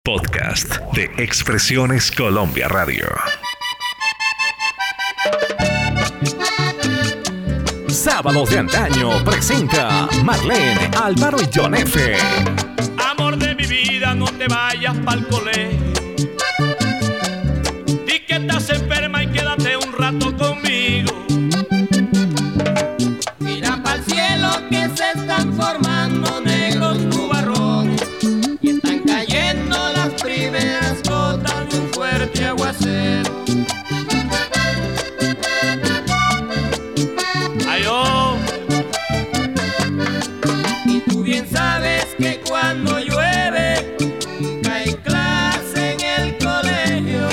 Podcast de Expresiones Colombia Radio. Sábados de Antaño presenta Marlene, Álvaro y John F. Amor de mi vida, no te vayas pa'l colegio. Di que estás enferma y quédate un rato conmigo. Mira pa'l cielo que se están formando negros nubarrones y están cayendo las primeras gotas de un fuerte aguacero. Ay, oh. Y tú bien sabes que cuando llueve nunca hay clase en el colegio.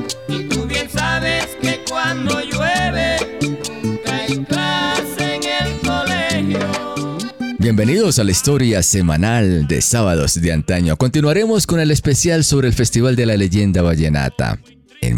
Y tú bien sabes que cuando llueve nunca hay clase en el colegio. Bienvenidos a la historia semanal de Sábados de Antaño. Continuaremos con el especial sobre el Festival de la Leyenda Vallenata. En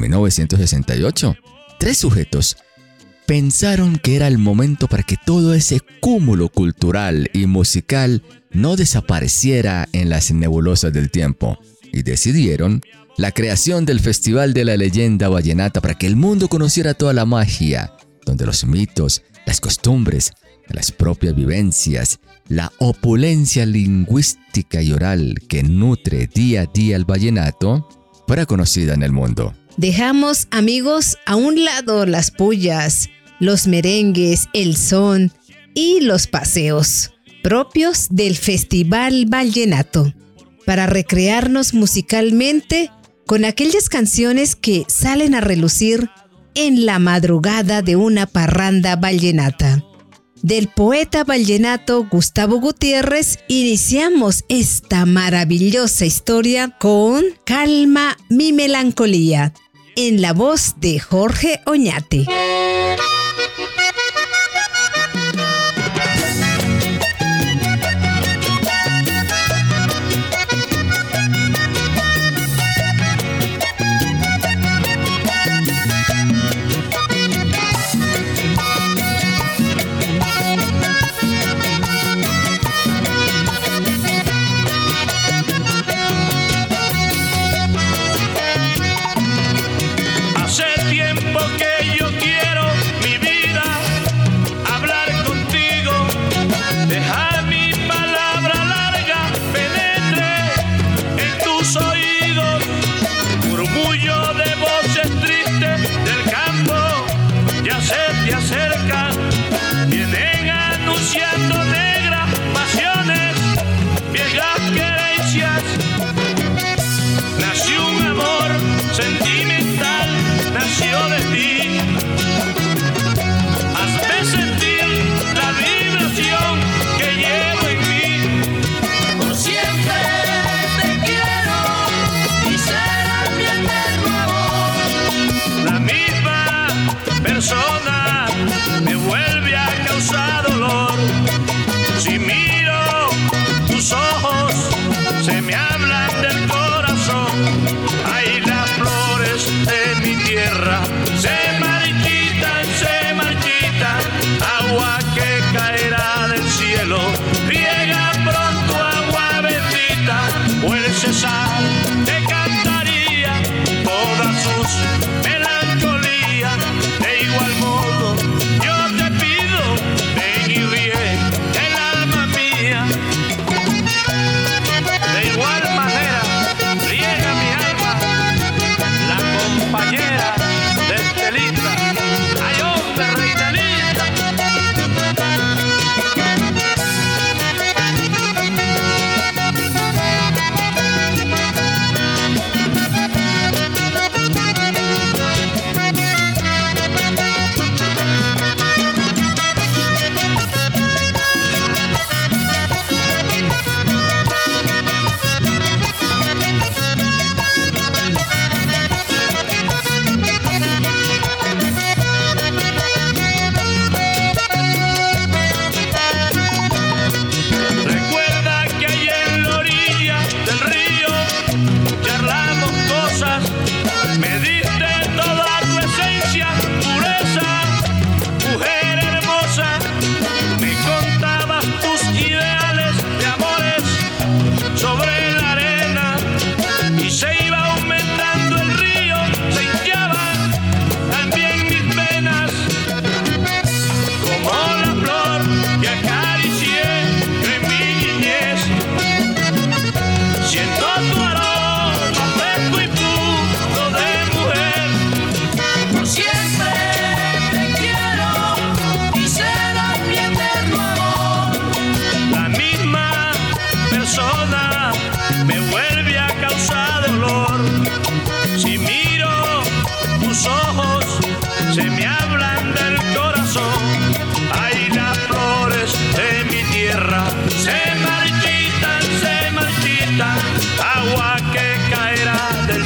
1968, 3 sujetos pensaron que era el momento para que todo ese cúmulo cultural y musical no desapareciera en las nebulosas del tiempo, y decidieron la creación del Festival de la Leyenda Vallenata para que el mundo conociera toda la magia, donde los mitos, las costumbres, las propias vivencias, la opulencia lingüística y oral que nutre día a día el vallenato fuera conocida en el mundo. Dejamos, amigos, a un lado las pullas, los merengues, el son y los paseos propios del Festival Vallenato para recrearnos musicalmente con aquellas canciones que salen a relucir en la madrugada de una parranda vallenata. Del poeta vallenato Gustavo Gutiérrez iniciamos esta maravillosa historia con Calma mi melancolía, en la voz de Jorge Oñate. Por siempre te quiero y serás mi eterno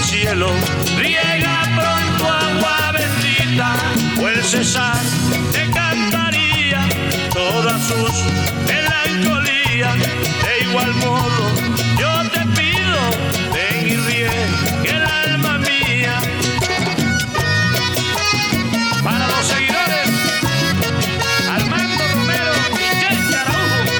cielo riega pronto agua bendita, o el César te cantaría todas sus melancolías. De igual modo yo te pido, ven y riegue el alma mía. Para los seguidores, Armando Romero y Chente Araujo.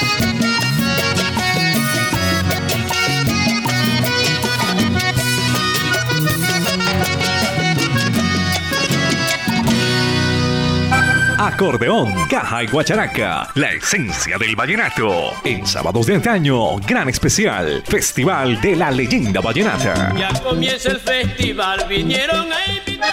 Acordeón, caja y guacharaca, la esencia del vallenato. En Sábados de Antaño, gran especial, Festival de la Leyenda Vallenata. Ya comienza el festival, vinieron a invitar.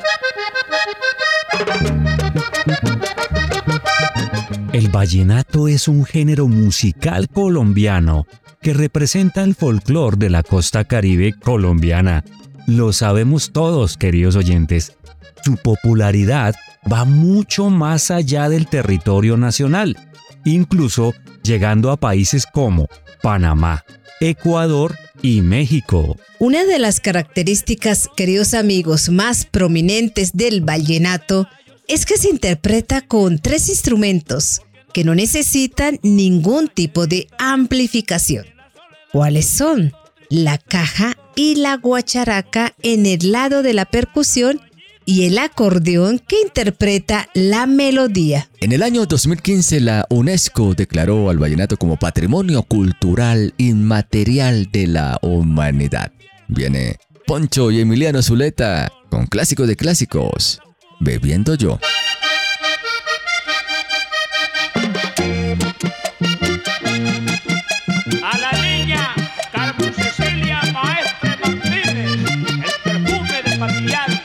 El vallenato es un género musical colombiano que representa el folclore de la costa caribe colombiana. Lo sabemos todos, queridos oyentes. Su popularidad va mucho más allá del territorio nacional, incluso llegando a países como Panamá, Ecuador y México. Una de las características, queridos amigos, más prominentes del vallenato es que se interpreta con 3 instrumentos que no necesitan ningún tipo de amplificación. ¿Cuáles son? La caja y la guacharaca en el lado de la percusión y el acordeón que interpreta la melodía. En el año 2015, la UNESCO declaró al vallenato como Patrimonio Cultural Inmaterial de la Humanidad. Viene Poncho y Emiliano Zuleta con clásicos de clásicos, Bebiendo Yo. A la niña Carmen Cecilia Maestre Martínez, el perfume de Patillar.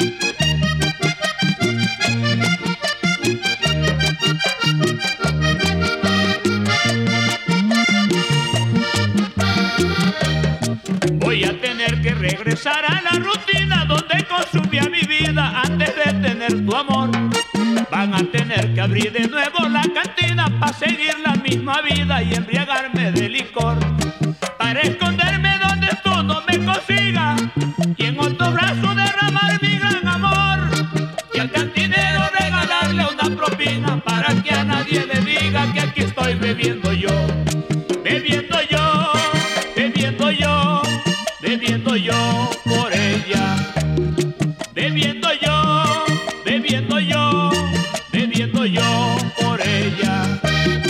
Voy a tener que regresar a la rutina donde consumía mi vida antes de tener tu amor. Van a tener que abrir de nuevo la cantina para seguir la misma vida y embriagarme de licor. Para esconderme donde tú no me consigas y en otro brazo derramar mi gran amor. Y al cantinero regalarle una propina para que a nadie le diga que aquí estoy bebiendo yo. Bebiendo yo, bebiendo yo, bebiendo yo por ella. Bebiendo yo, bebiendo yo, bebiendo yo por ella.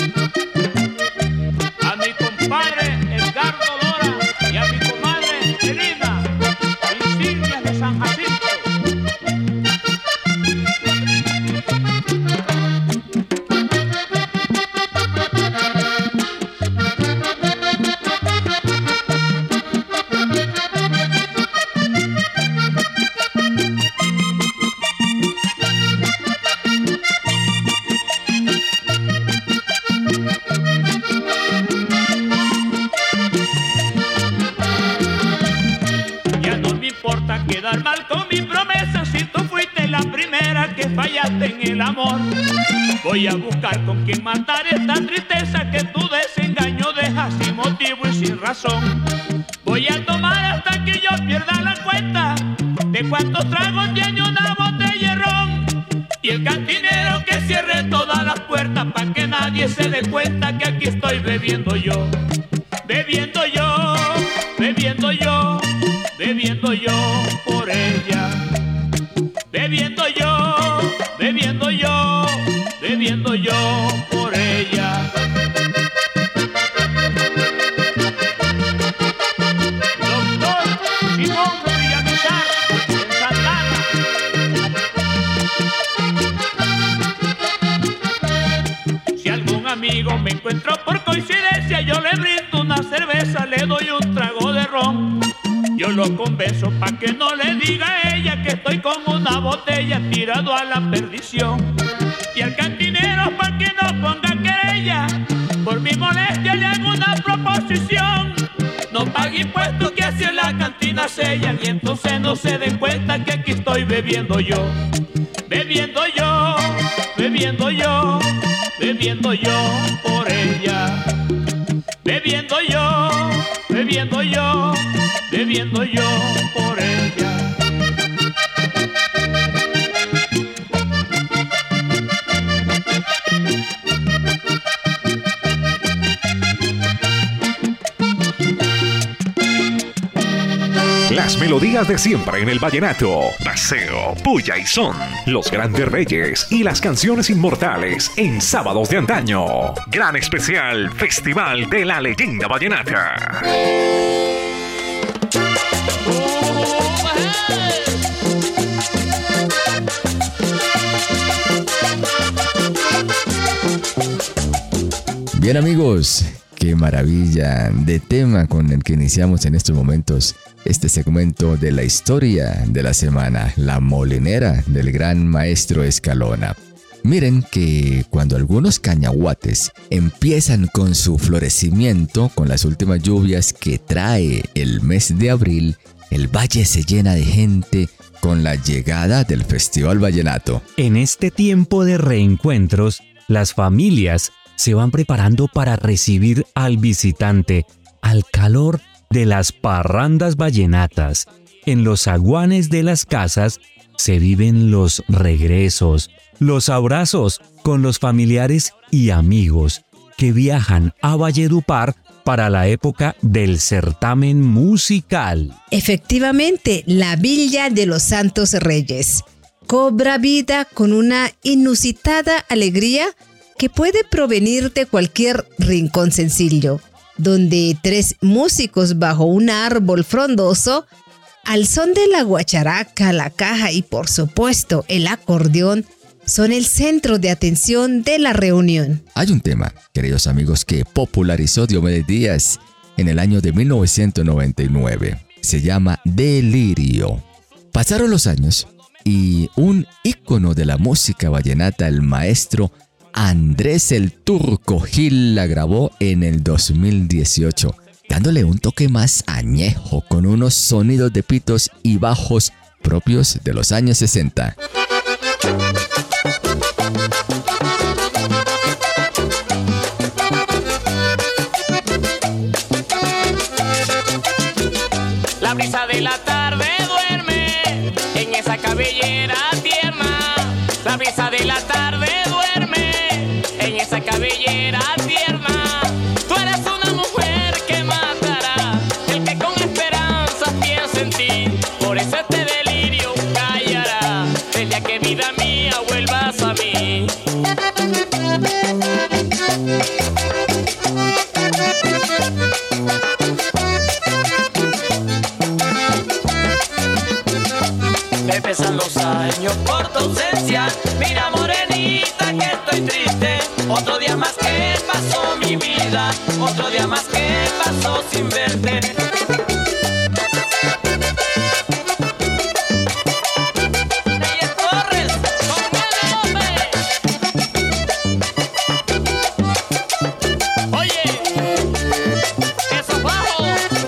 A mi compadre Edgardo Lora y a mi comadre Elina, insignias de San Jacinto. Quedar mal con mi promesa si tú fuiste la primera que fallaste en el amor. Voy a buscar con quien matar esta tristeza que tu desengaño deja sin motivo y sin razón. Voy a tomar hasta que yo pierda la cuenta de cuántos tragos tiene una botella de ron. Y el cantinero que cierre todas las puertas para que nadie se dé cuenta que aquí estoy bebiendo yo. Bebiendo yo, bebiendo yo, bebiendo yo por ella. Bebiendo yo, bebiendo yo, bebiendo yo por ella. Doctor Simón Villamizar, en Santana. Si algún amigo me encuentro por coincidencia, yo le brindo una cerveza, le doy un trago de ron. Yo lo convenzo pa' que no le diga a ella que estoy con una botella tirado a la perdición. Y al cantinero pa' que no ponga querella, por mi molestia le hago una proposición. No pague impuestos que así en la cantina sellan y entonces no se den cuenta que aquí estoy bebiendo yo. Bebiendo yo, bebiendo yo, bebiendo yo por ella. Bebiendo yo, bebiendo yo, bebiendo muriendo yo por ella. Las melodías de siempre en el vallenato, paseo, puya y son, los grandes reyes y las canciones inmortales en Sábados de Antaño. Gran especial Festival de la Leyenda Vallenata. Bien amigos, qué maravilla de tema con el que iniciamos en estos momentos este segmento de la historia de la semana, La Molinera del gran maestro Escalona. Miren que cuando algunos cañahuates empiezan con su florecimiento, con las últimas lluvias que trae el mes de abril, el valle se llena de gente con la llegada del Festival Vallenato. En este tiempo de reencuentros, las familias se van preparando para recibir al visitante al calor de las parrandas vallenatas. En los zaguanes de las casas se viven los regresos, los abrazos con los familiares y amigos que viajan a Valledupar para la época del certamen musical. Efectivamente, la Villa de los Santos Reyes cobra vida con una inusitada alegría que puede provenir de cualquier rincón sencillo, donde 3 músicos bajo un árbol frondoso, al son de la guacharaca, la caja y por supuesto el acordeón, son el centro de atención de la reunión. Hay un tema, queridos amigos, que popularizó Diomedes Díaz en el año de 1999. Se llama Delirio. Pasaron los años y un ícono de la música vallenata, el maestro Andrés el Turco Gil, la grabó en el 2018, dándole un toque más añejo con unos sonidos de pitos y bajos propios de los años 60. La brisa de la tarde duerme en esa cabellera tierna. La brisa de la tarde duerme en esa cabellera tierna. Tú eres una mujer que matará el que con esperanzas piensa en ti. Por eso este delirio callará el día que vida mía vuelvas a mí. Me pesan los años por tu ausencia. Mira morenita que estoy triste. Otro día más que pasó mi vida. Otro día más que pasó sin verte. Reyes Torres, con el hombre. Oye, eso bajo.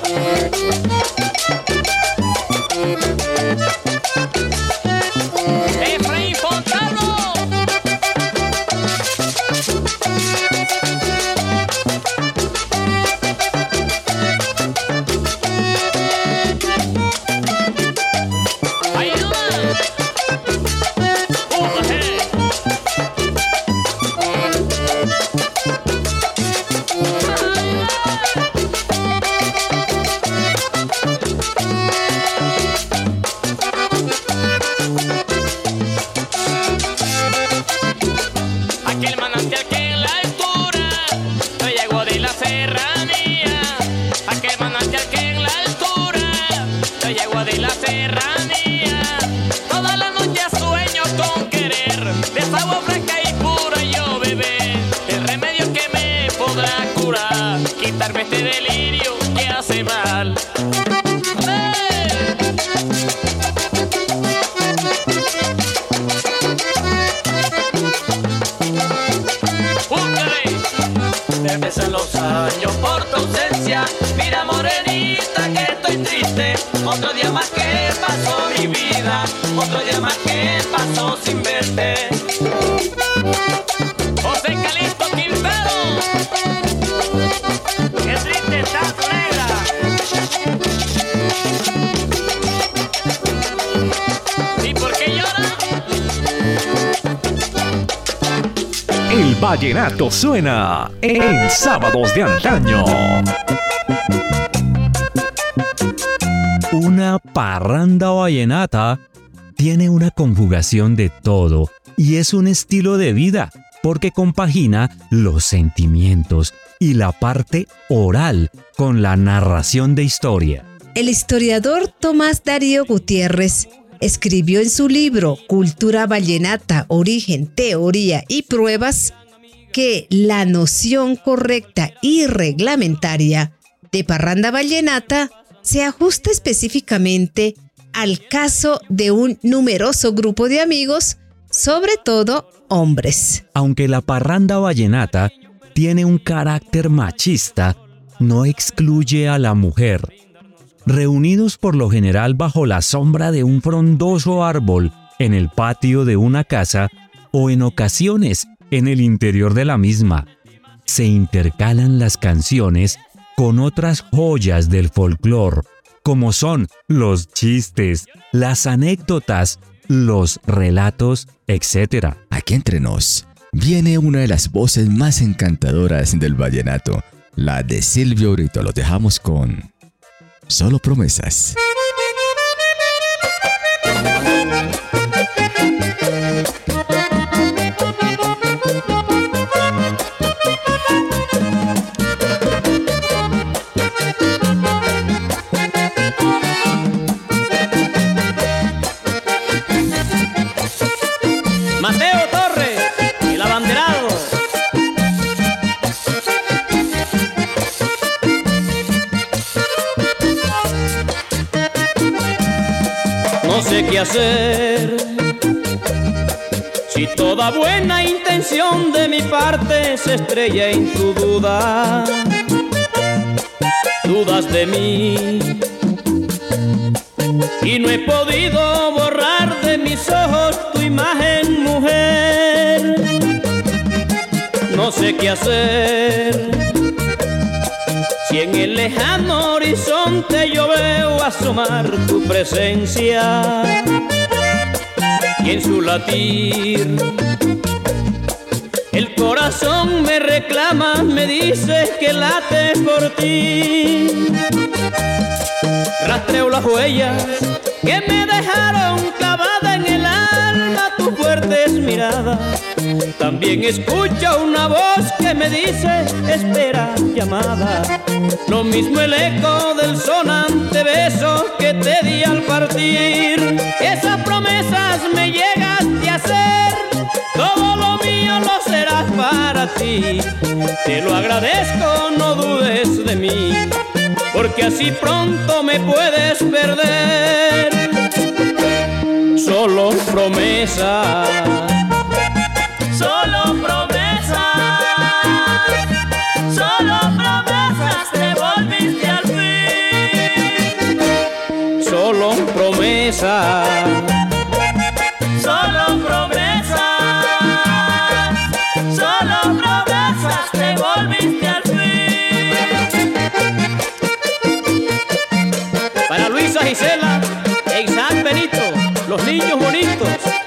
Efraín Fontano. Ahí nomás. Aquel manantial que en la altura no llegó de la serranía. Aquel manantial que en la altura no llegó de la serranía. Toda la noche sueño con querer de esa agua fresca y pura yo beber. El remedio que me podrá curar, quitarme este delirio que hace mal. Me pesan los años por tu ausencia. Mira morenita que estoy triste. Otro día más que pasó mi vida. Otro día más que pasó sin verte. José Calixto Quintero. Qué triste está tu negra. vallenato suena en Sábados de Antaño. Una parranda vallenata tiene una conjugación de todo y es un estilo de vida porque compagina los sentimientos y la parte oral con la narración de historia. El historiador Tomás Darío Gutiérrez escribió en su libro Cultura Vallenata, Origen, Teoría y Pruebas que la noción correcta y reglamentaria de parranda vallenata se ajusta específicamente al caso de un numeroso grupo de amigos, sobre todo hombres. Aunque la parranda vallenata tiene un carácter machista, no excluye a la mujer. Reunidos por lo general bajo la sombra de un frondoso árbol en el patio de una casa o en ocasiones en el interior de la misma, se intercalan las canciones con otras joyas del folclore, como son los chistes, las anécdotas, los relatos, etc. Aquí entre nos viene una de las voces más encantadoras del vallenato, la de Silvio Brito. Los dejamos con Solo Promesas. Mateo Torres, el abanderado. No sé qué hacer, si toda buena intención de mi parte se estrella en tu duda. Dudas de mí y no he podido borrar de mis ojos tu imagen, mujer. No sé qué hacer, si en el lejano horizonte yo veo asomar tu presencia y en su latir el corazón me reclama, me dice que late por ti. Rastreo las huellas que me dejaron clavada en el alma tus fuertes miradas. También escucho una voz que me dice espera llamada. Lo mismo el eco del sonante beso que te di al partir. Esas promesas me llegaste a hacer, todo lo mío lo serás para ti. Te lo agradezco, no dudes de mí, porque así pronto me puedes perder. Solo promesas, solo promesas, solo promesas te volviste al fin. Solo promesas, solo promesas, solo promesas te volviste al fin. Para Luisa Gisela e Isaac Benito, los niños bonitos.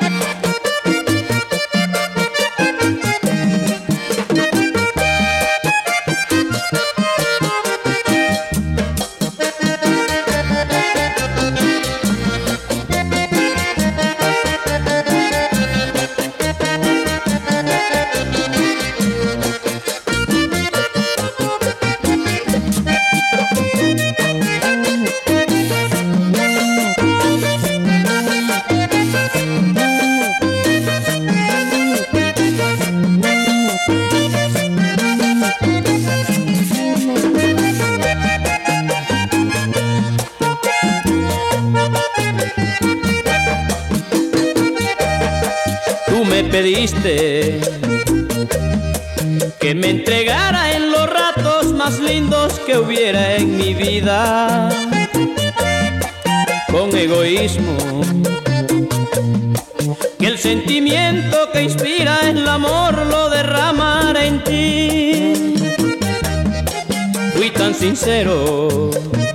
Pediste que me entregara en los ratos más lindos que hubiera en mi vida, con egoísmo, que el sentimiento que inspira el amor lo derramara en ti. Fui tan sincero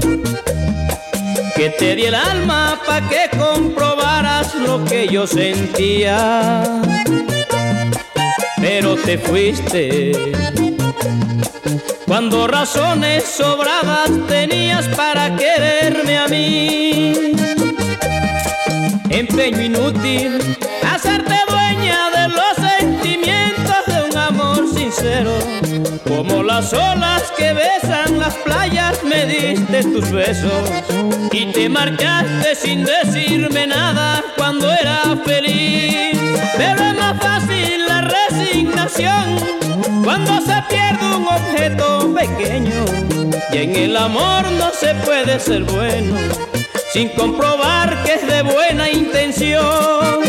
que te di el alma pa' que comprobaras lo que yo sentía. pero te fuiste. Cuando razones sobradas tenías para quererme a mí. Empeño inútil, hacerte dueña de los sentimientos de un amor sincero. Como las olas que besan las playas me diste tus besos y te marchaste sin decirme nada cuando era feliz. Pero es más fácil la resignación cuando se pierde un objeto pequeño, y en el amor no se puede ser bueno sin comprobar que es de buena intención.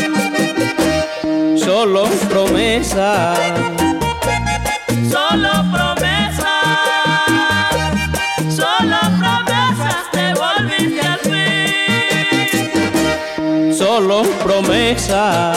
Solo promesas, solo promesas, solo promesas te volviste al fin. Solo promesas,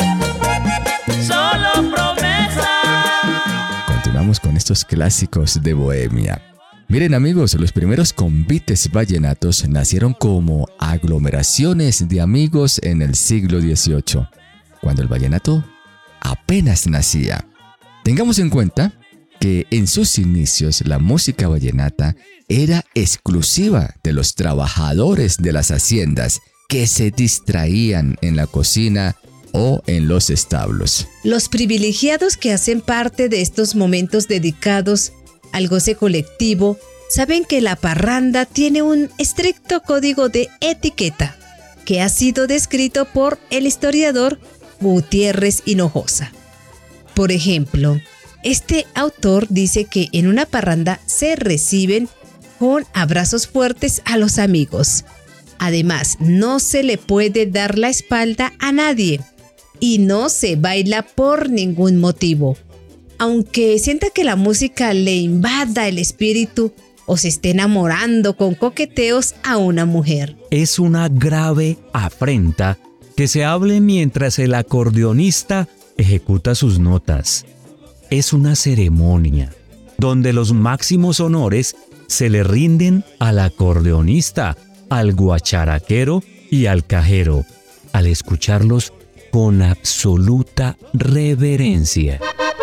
solo promesas. Continuamos con estos clásicos de Bohemia. Miren amigos, los primeros convites vallenatos nacieron como aglomeraciones de amigos en el siglo XVIII, cuando el vallenato apenas nacía. Tengamos en cuenta que en sus inicios la música vallenata era exclusiva de los trabajadores de las haciendas que se distraían en la cocina o en los establos. Los privilegiados que hacen parte de estos momentos dedicados al goce colectivo saben que la parranda tiene un estricto código de etiqueta que ha sido descrito por el historiador Gutiérrez Hinojosa. Por ejemplo, este autor dice que en una parranda se reciben con abrazos fuertes a los amigos. Además, no se le puede dar la espalda a nadie y no se baila por ningún motivo. Aunque sienta que la música le invada el espíritu o se esté enamorando con coqueteos a una mujer. Es una grave afrenta que se hable mientras el acordeonista ejecuta sus notas. Es una ceremonia donde los máximos honores se le rinden al acordeonista, al guacharaquero y al cajero, al escucharlos con absoluta reverencia.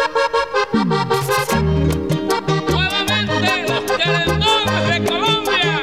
Nuevamente los querendones de Colombia.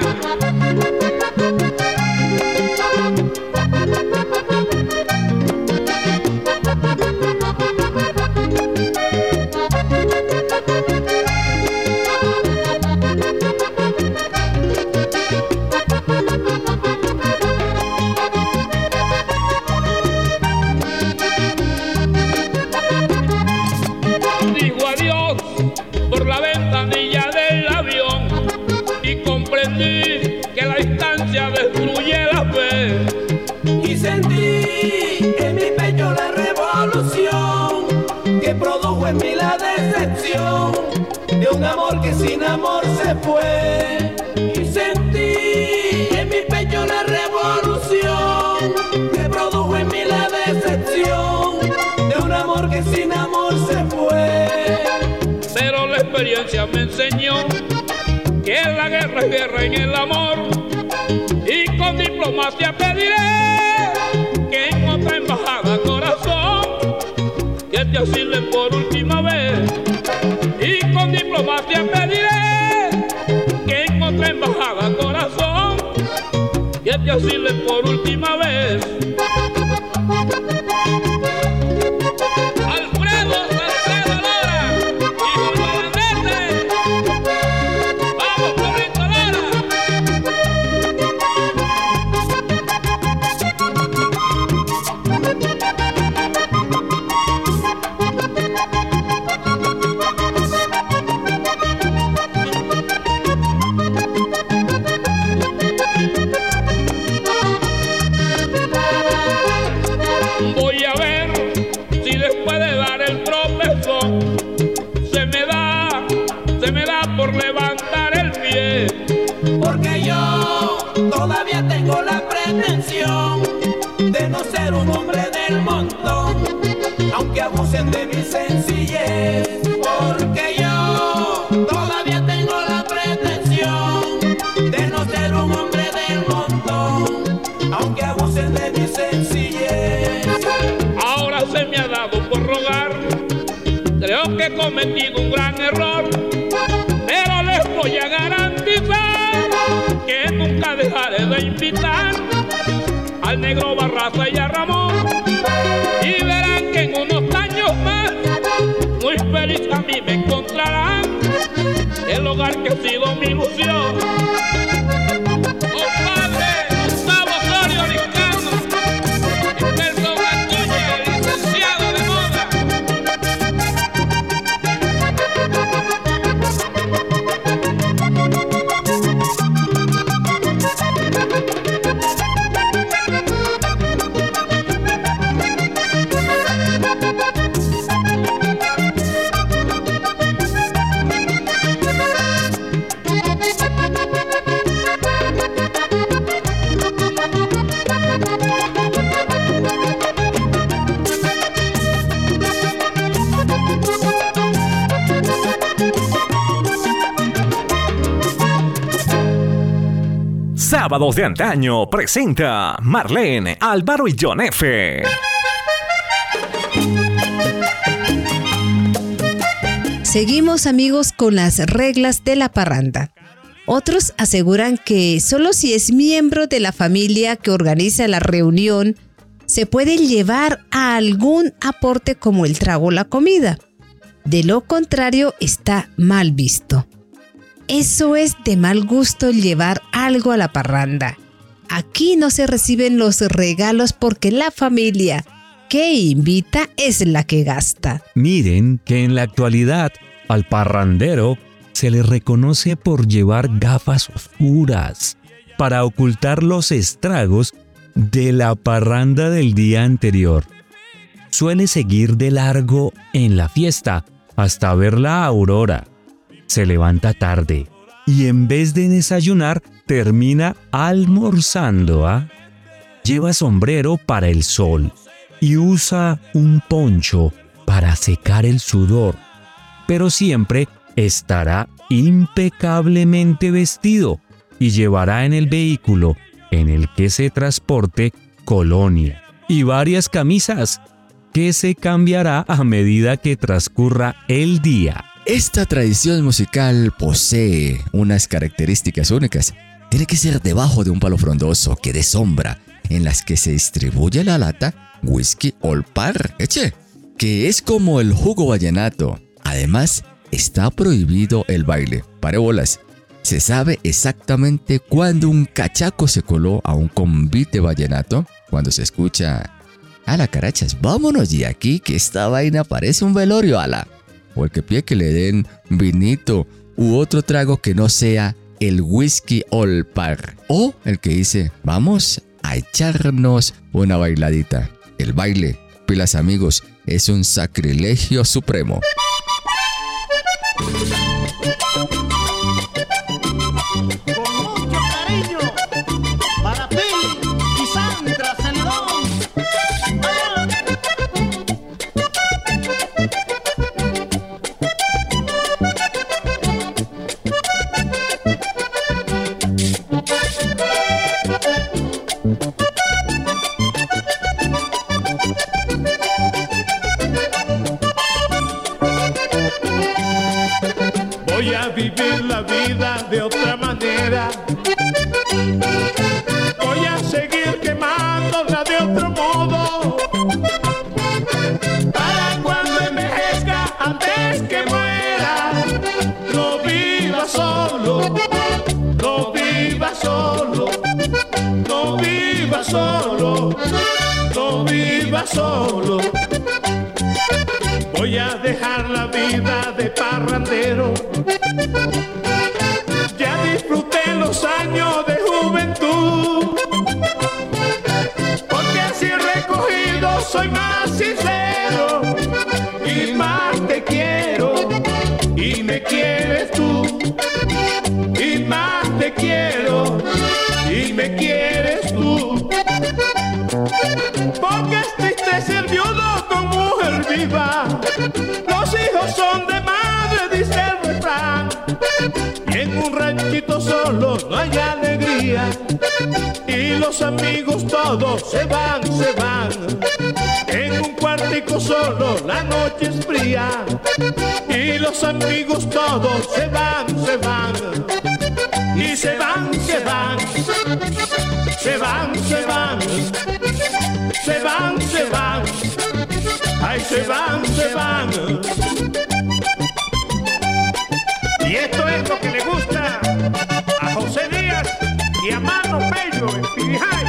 Dijo adiós por la ventanilla del avión y comprendí que la distancia destruye la fe. Y sentí en mi pecho la revolución que produjo en mí la decepción de un amor que sin amor se fue. Y sentí en mi pecho la revolución que produjo en mí la decepción de un amor que sin amor se fue. Pero la experiencia me enseñó que la guerra es guerra en el amor, y con diplomacia pediré que en otra embajada, corazón, que te asilen por última vez. Y con diplomacia pediré que en otra embajada, corazón, que te asilen por última vez. De no ser un hombre del montón, aunque abusen de mi sencillez, porque yo todavía tengo la pretensión de no ser un hombre del montón, aunque abusen de mi sencillez. Ahora se me ha dado por rogar cometido un gran error, pero les voy a garantizar que nunca dejaré de invitar al negro Barraza y a Ramón, y verán que en unos años más muy feliz a mí me encontrarán, el hogar que ha sido mi ilusión. Sábados de Antaño presenta Marlene, Álvaro y John F. Seguimos, amigos, con las reglas de la parranda. Otros aseguran que solo si es miembro de la familia que organiza la reunión se puede llevar algún aporte como el trago o la comida. De lo contrario, está mal visto. Eso es de mal gusto, llevar algo a la parranda. Aquí no se reciben los regalos porque la familia que invita es la que gasta. Miren que en la actualidad al parrandero se le reconoce por llevar gafas oscuras para ocultar los estragos de la parranda del día anterior. Suele seguir de largo en la fiesta hasta ver la aurora. Se levanta tarde y en vez de desayunar termina almorzando, ¿ah? Lleva sombrero para el sol y usa un poncho para secar el sudor, pero siempre estará impecablemente vestido y llevará en el vehículo en el que se transporte colonia y varias camisas que se cambiará a medida que transcurra el día. Esta tradición musical posee unas características únicas. Tiene que ser debajo de un palo frondoso que dé sombra, en las que se distribuye la lata Whisky Old Parr, que es como el jugo vallenato. Además, está prohibido el baile. Pare bolas. Se sabe exactamente cuándo un cachaco se coló a un convite vallenato, cuando se escucha: "Ala, carachas, vámonos de aquí, que esta vaina parece un velorio, ala". O el que pide que le den vinito u otro trago que no sea el Whisky Old Parr. O el que dice: "Vamos a echarnos una bailadita". El baile, pilas amigos, es un sacrilegio supremo. Con mucho cariño para Pili y Sandra Celedón. Voy a vivir la vida de otra manera. Voy a seguir quemándola de otro modo. Para cuando envejezca, antes que muera, no viva solo, no viva solo, no viva solo, no viva solo. Voy a dejar la vida de parrandero. Ya disfruté los años de juventud, porque así recogido soy más sincero y más te quiero y me quieres tú, y más te quiero y me quieres tú, porque es triste ser viudo con mujer viva. Los hijos son de madre, dice el refrán. Y en un ranchito solo no hay alegría. Y los amigos todos se van, se van. En un cuartico amigo solo, la noche es fría y los amigos todos se van, se van. Y se van, se van, se van, se van, se van, se van, ay, se van, se van. Y esto es lo que le gusta a José Díaz y a Mano Pello en Pibijay.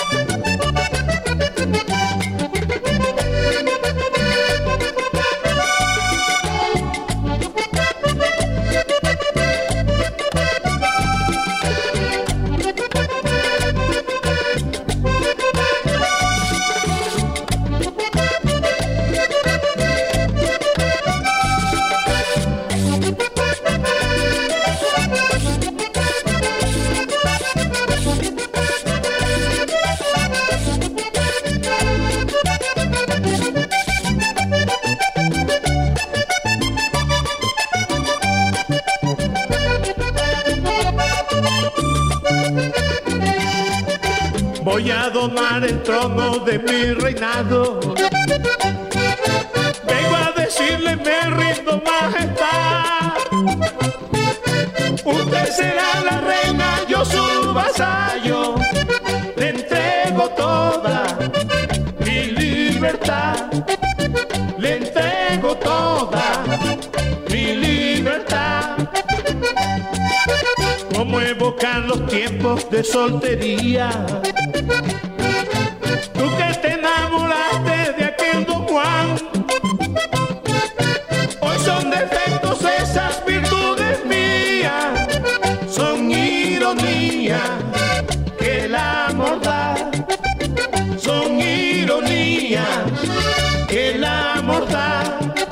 Voy a domar el trono de mi reinado. Vengo a decirle, me rindo, majestad. Usted será la reina, yo su vasallo. Le entrego toda mi libertad. Le entrego toda mi libertad. Como evocar los tiempos de soltería. Tú que te enamoraste de aquel Don Juan, hoy son defectos esas virtudes mías, son ironía que la mordaz, son ironías que la mordaz.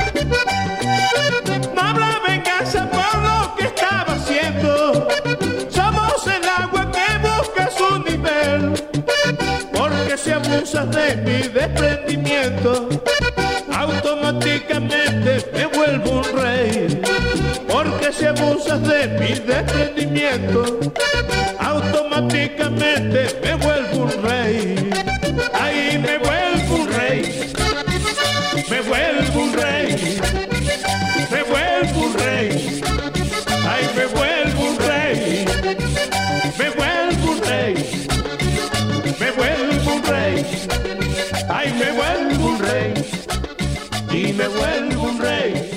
No habrá venganza por lo que estaba haciendo, somos el agua que busca su nivel. Porque si abusas de mi desprendimiento, automáticamente me vuelvo un rey. Porque si abusas de mi desprendimiento, automáticamente me vuelvo un rey. Ahí me vuelvo un rey, me vuelvo un rey, me vuelvo un rey. Ahí me vuelvo un rey, me vuelvo un rey. Me vuelvo un rey, ay, me vuelvo un rey, y me vuelvo un rey.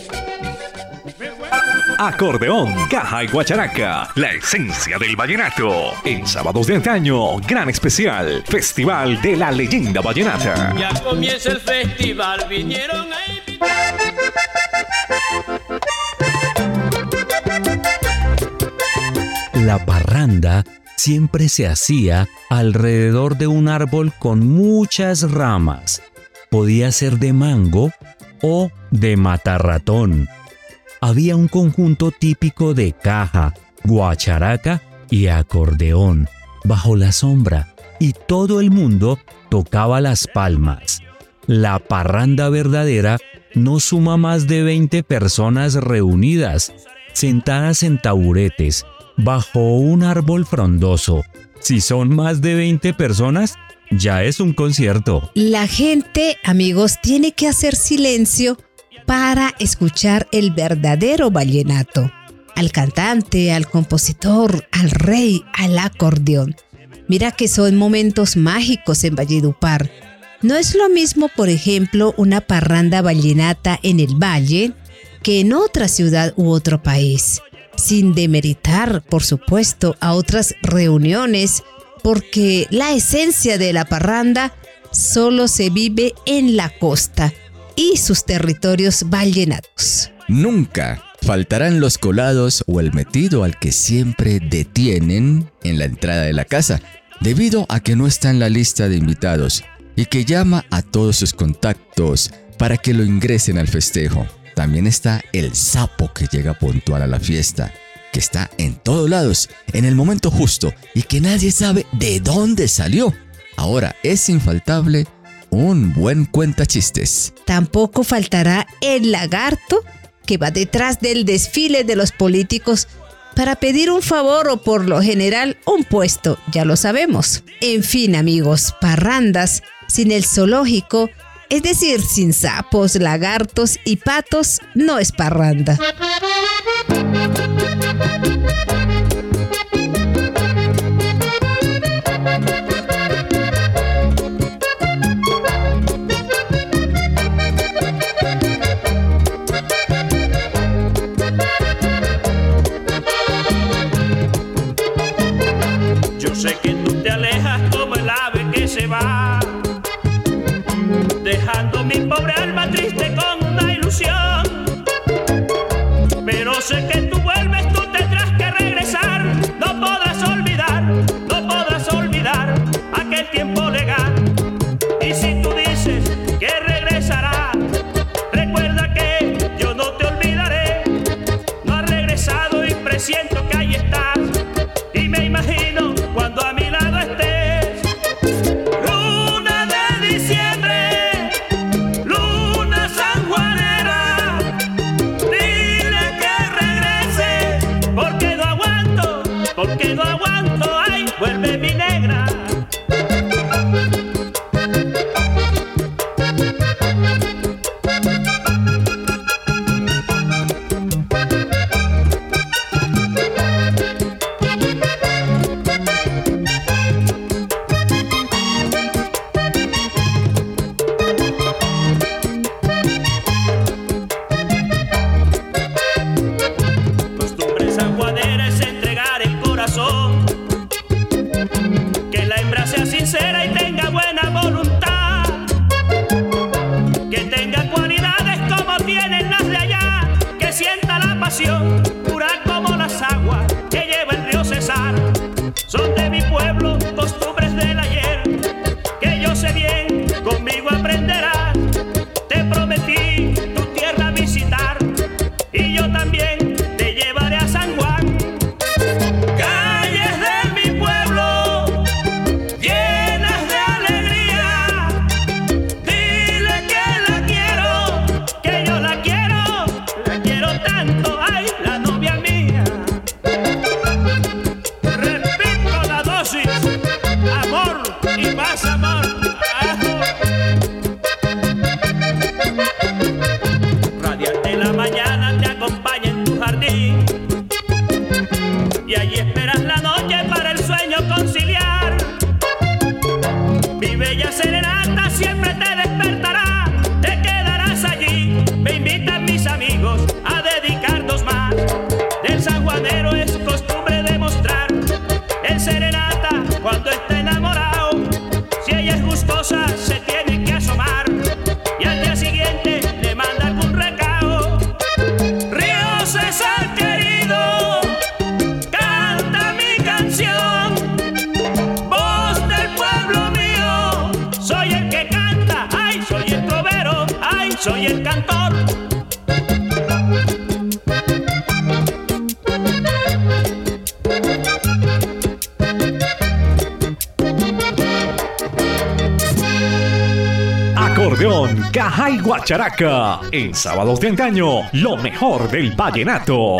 Acordeón, caja y guacharaca, la esencia del vallenato. En Sábados de Antaño, gran especial, Festival de la Leyenda Vallenata. Ya comienza el festival, vinieron a invitar. La parranda siempre se hacía alrededor de un árbol con muchas ramas. Podía ser de mango o de matarratón. Había un conjunto típico de caja, guacharaca y acordeón bajo la sombra, y todo el mundo tocaba las palmas. La parranda verdadera no suma más de 20 personas reunidas, sentadas en taburetes, bajo un árbol frondoso. Si son más de 20 personas, ya es un concierto. La gente, amigos, tiene que hacer silencio para escuchar el verdadero vallenato. Al cantante, al compositor, al rey, al acordeón. Mira que son momentos mágicos en Valledupar. No es lo mismo, por ejemplo, una parranda vallenata en el valle que en otra ciudad u otro país. Sin demeritar, por supuesto, a otras reuniones, porque la esencia de la parranda solo se vive en la costa y sus territorios vallenatos. Nunca faltarán los colados o el metido al que siempre detienen en la entrada de la casa, debido a que no está en la lista de invitados y que llama a todos sus contactos para que lo ingresen al festejo. También está el sapo que llega puntual a la fiesta, que está en todos lados, en el momento justo y que nadie sabe de dónde salió. Ahora es infaltable un buen cuentachistes. Tampoco faltará el lagarto que va detrás del desfile de los políticos para pedir un favor o por lo general un puesto, ya lo sabemos. En fin, amigos, parrandas sin el zoológico Es decir, sin sapos, lagartos y patos no es parranda. Yo sé que tú te alejas como el ave que se va, dejando mi pobre alma triste con una ilusión. Pero sé que tú vuelves, tú tendrás que regresar. No podrás olvidar aquel tiempo legal. Y si tú dices que regresarás, recuerda que yo no te olvidaré. No has regresado y presiento que ahí estás. Y me imagino cuando a mi lado estés. Luna de diciembre, luna sanjuanera, dile que regrese, porque no aguanto, ay, vuelve mi negra. Costumbre sanjuanera es entregar el corazón, que la hembra sea sincera y tenga buena voluntad, que tenga cualidades como tienen las de allá, que sienta la pasión pura como las aguas que lleva el río Cesar. Son de mi pueblo, costumbres del ayer, que yo sé bien, conmigo aprenderás. Te prometí tu tierra visitar, y yo también te llevaré a San Juan. Calles de mi pueblo, llenas de alegría, dile que la quiero, que yo la quiero tanto, ay, la novia mía. Repito la dosis, amor y más amor. Radiante la mañana te acompaña en tu jardín, y allí esperas la noche para el sueño conciliar. Mi bella serenata siempre te despertará, te quedarás allí, me invitan mis amigos a dedicarnos más. Del sanjuanero es costumbre demostrar en serenata cuando está enamorado. Si ella es gustosa se tiene que asomar, y al día siguiente le manda algún recao. Río Cesar querido, canta mi canción, voz del pueblo mío. Soy el que canta, ay, soy el trovero, ay, soy el cantor. Acordeón, caja y guacharaca. En Sábados de Antaño, lo mejor del vallenato.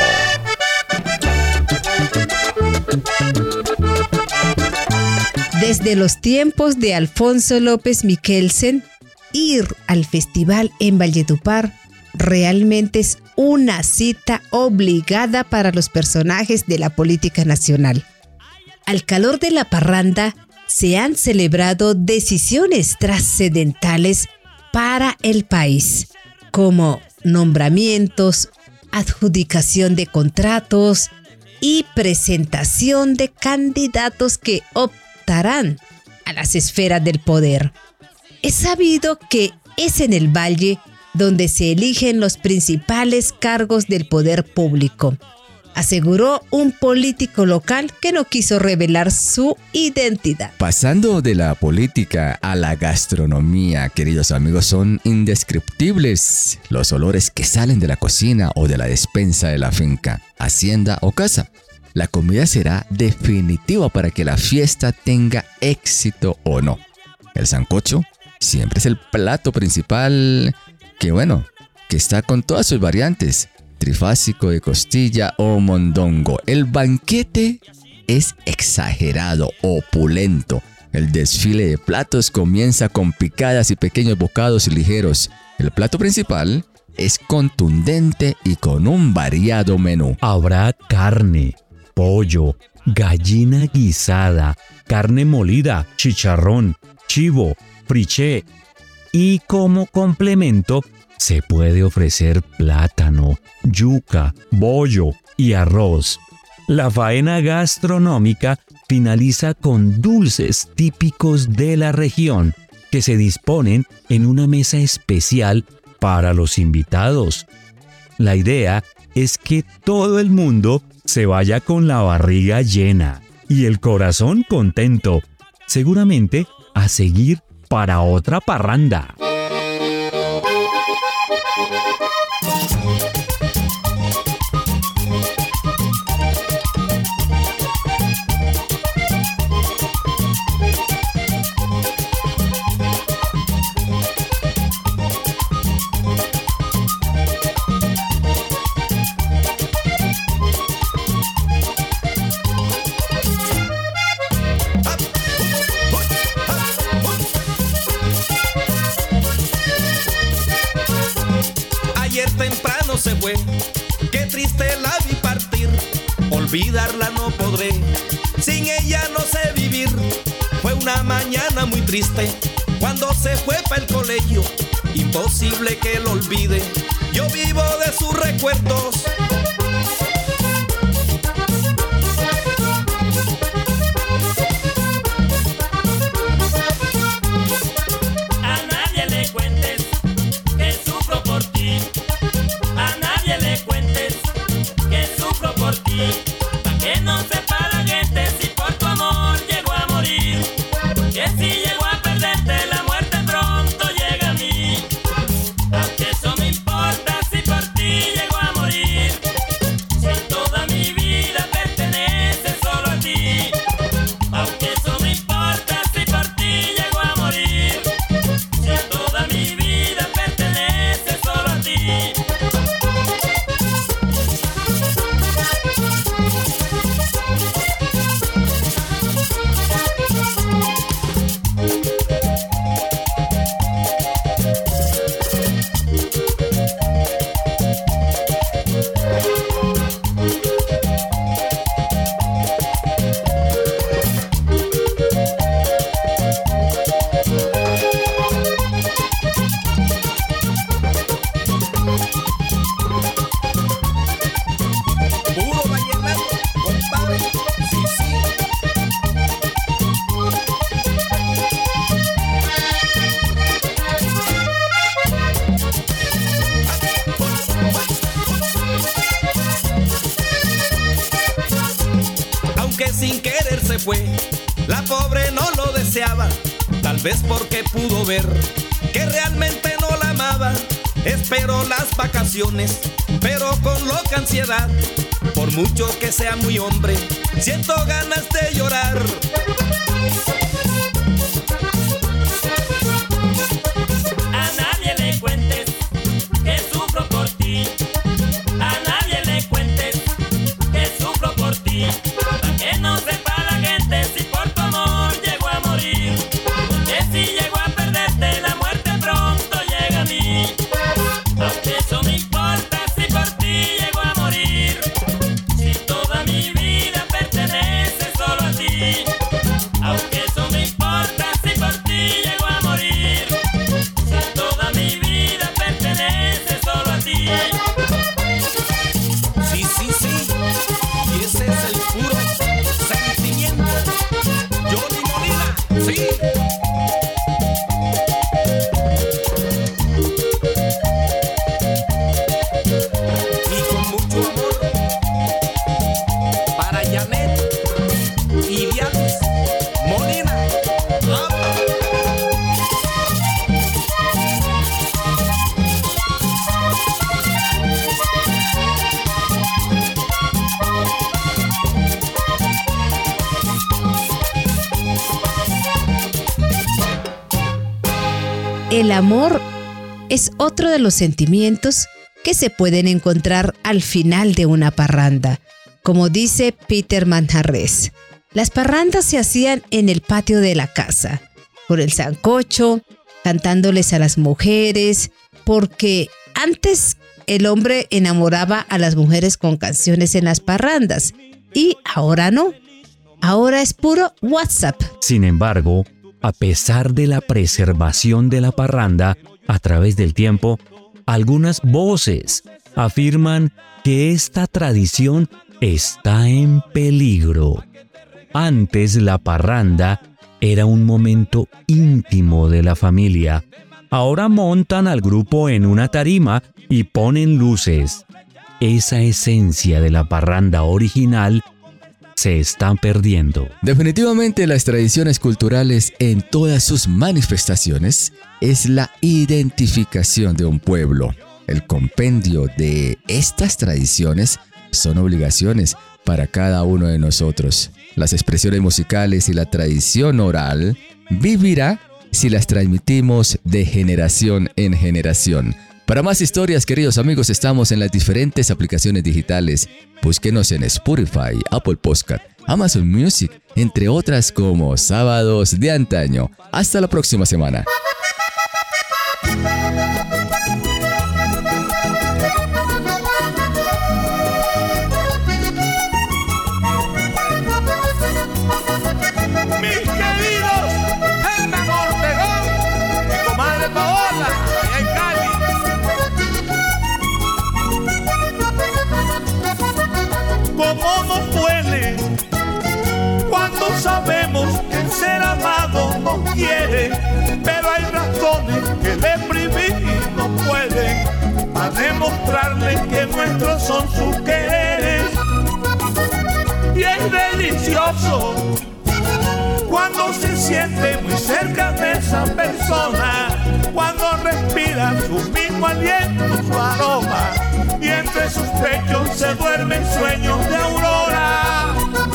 Desde los tiempos de Alfonso López Miquelsen, ir al festival en Valledupar realmente es una cita obligada para los personajes de la política nacional. Al calor de la parranda se han celebrado decisiones trascendentales para el país, como nombramientos, adjudicación de contratos y presentación de candidatos que optarán a las esferas del poder. Es sabido que es en el Valle donde se eligen los principales cargos del poder público, aseguró un político local que no quiso revelar su identidad. Pasando de la política a la gastronomía, queridos amigos, son indescriptibles los olores que salen de la cocina o de la despensa de la finca, hacienda o casa. La comida será definitiva para que la fiesta tenga éxito o no. El sancocho siempre es el plato principal que está con todas sus variantes, trifásico de costilla o mondongo. El banquete es exagerado, opulento, El desfile de platos comienza con picadas y pequeños bocados ligeros. El plato principal es contundente y con un variado menú. Habrá carne, pollo, gallina guisada, carne molida, chicharrón, chivo, friché. Y como complemento se puede ofrecer plátano, yuca, bollo y arroz. La faena gastronómica finaliza con dulces típicos de la región que se disponen en una mesa especial para los invitados. La idea es que todo el mundo se vaya con la barriga llena y el corazón contento, seguramente a seguir para otra parranda. Temprano se fue, qué triste la vi partir, olvidarla no podré, sin ella no sé vivir. Fue una mañana muy triste, cuando se fue para el colegio, imposible que lo olvide, yo vivo de sus recuerdos. A nadie le cuentes que sufro por ti. A nadie le cuentes que sufro por ti. Pa' que no sepa la gente si por tu amor llego a morir. Que si llego a perderte la muerte pronto llega a mí. Aunque eso me importa si por ti llego a morir. Si toda mi vida pertenece solo a ti. Aunque eso me importa si por ti llego a morir. Si toda mi vida pertenece solo a ti. Puro vallenato, compadre, sí, sí. Aunque sin querer se fue, la pobre no lo deseaba, tal vez porque pudo ver que realmente no la amaba. Espero las vacaciones, pero con loca ansiedad, por mucho que sea muy hombre, siento ganas de llorar. A nadie le cuentes que sufro por ti. A nadie le cuentes que sufro por ti. Pa' que no sepa la gente si por tu amor llego a morir. Que si llego a perderte la muerte pronto llega a mí. Aunque eso me importa si por ti llego a morir. Si toda mi vida pertenece solo a ti. Aunque eso me importa si por ti llego a morir. Si toda mi vida pertenece solo a ti. Sí, sí, sí, y ese es el puro sentimiento. Johnny Molina, sí. Y con mucho amor para Janet y Dianis Molina. El amor es otro de los sentimientos que se pueden encontrar al final de una parranda. Como dice Peter Manjarrés, Las parrandas se hacían en el patio de la casa, con el sancocho, cantándoles a las mujeres, porque antes el hombre enamoraba a las mujeres con canciones en las parrandas y ahora no. Ahora es puro WhatsApp. Sin embargo, a pesar de la preservación de la parranda a través del tiempo, algunas voces afirman que esta tradición está en peligro. Antes la parranda era un momento íntimo de la familia. Ahora montan al grupo en una tarima y ponen luces. Esa esencia de la parranda original se está perdiendo. Definitivamente las tradiciones culturales en todas sus manifestaciones es la identificación de un pueblo. El compendio de estas tradiciones son obligaciones para cada uno de nosotros. Las expresiones musicales y la tradición oral vivirá si las transmitimos de generación en generación. Para más historias, queridos amigos, estamos en las diferentes aplicaciones digitales. Búsquenos en Spotify, Apple Podcast, Amazon Music, entre otras como Sábados de Antaño. Hasta la próxima semana. Cómo nos duele cuando sabemos que el ser amado nos quiere, pero hay razones que deprimir no pueden para demostrarle que nuestros son sus quereres. Y es delicioso cuando se siente muy cerca de esa persona, cuando respira su mismo aliento, su aroma, y entre sus pechos se duermen sueños de aurora.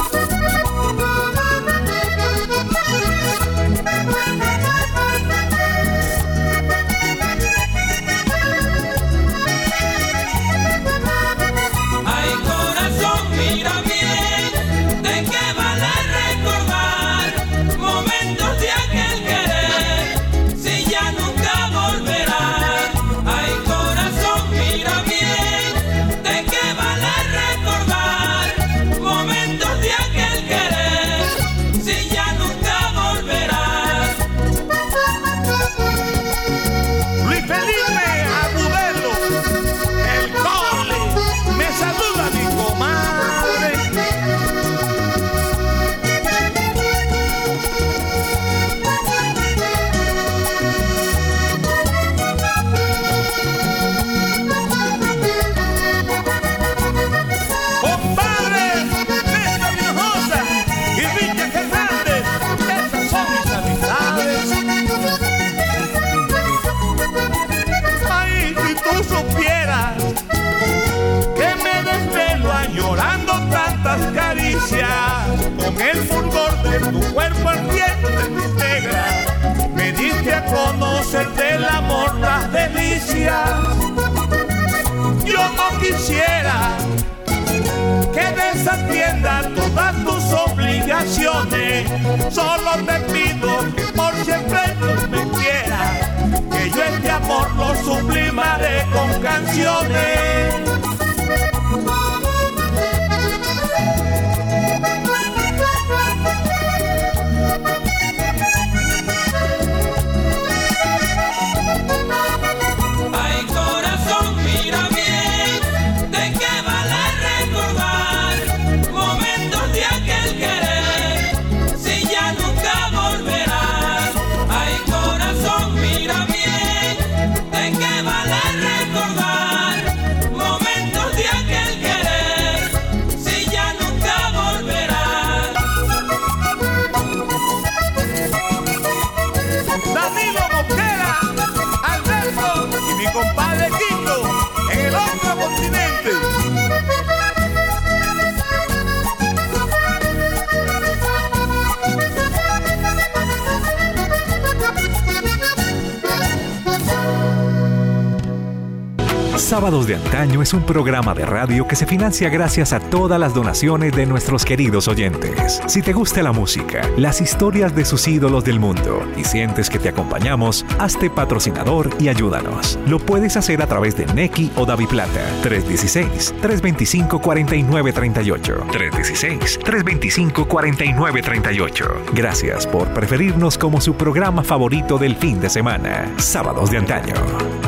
Ay, corazón, mira bien, ¿de qué vale recordar momentos de aquel querer si ya nunca volverá? Ay, corazón, mira bien, ¿de qué vale recordar momentos de aquel querer si ya nunca volverá? Luis Felipe Agudelo, el Cole, me saluda mi comadre. Compadre, Néstor Hinojosa y Richard Fernández, esas son mis amistades. Ay, si tú supieras que me desvelo añorando tantas caricias, con el fulgor de tu cuerpo ardiente, mi negra, me diste a conocer del amor las delicias. Yo no quisiera que desatienda todas tus obligaciones, solo te pido que por siempre tú me quieras, que yo este amor lo sublimaré con canciones. Ay, corazón, mira bien, ¿de qué vale recordar momentos de aquel querer si ya nunca volverá? Ay, corazón, mira bien, ¿de qué vale recordar Sábados de Antaño es un programa de radio que se financia gracias a todas las donaciones de nuestros queridos oyentes. Si te gusta la música, las historias de sus ídolos del mundo y sientes que te acompañamos, hazte patrocinador y ayúdanos. Lo puedes hacer a través de Nequi o DaviPlata. 316-325-4938. 316-325-4938. Gracias por preferirnos como su programa favorito del fin de semana. Sábados de Antaño.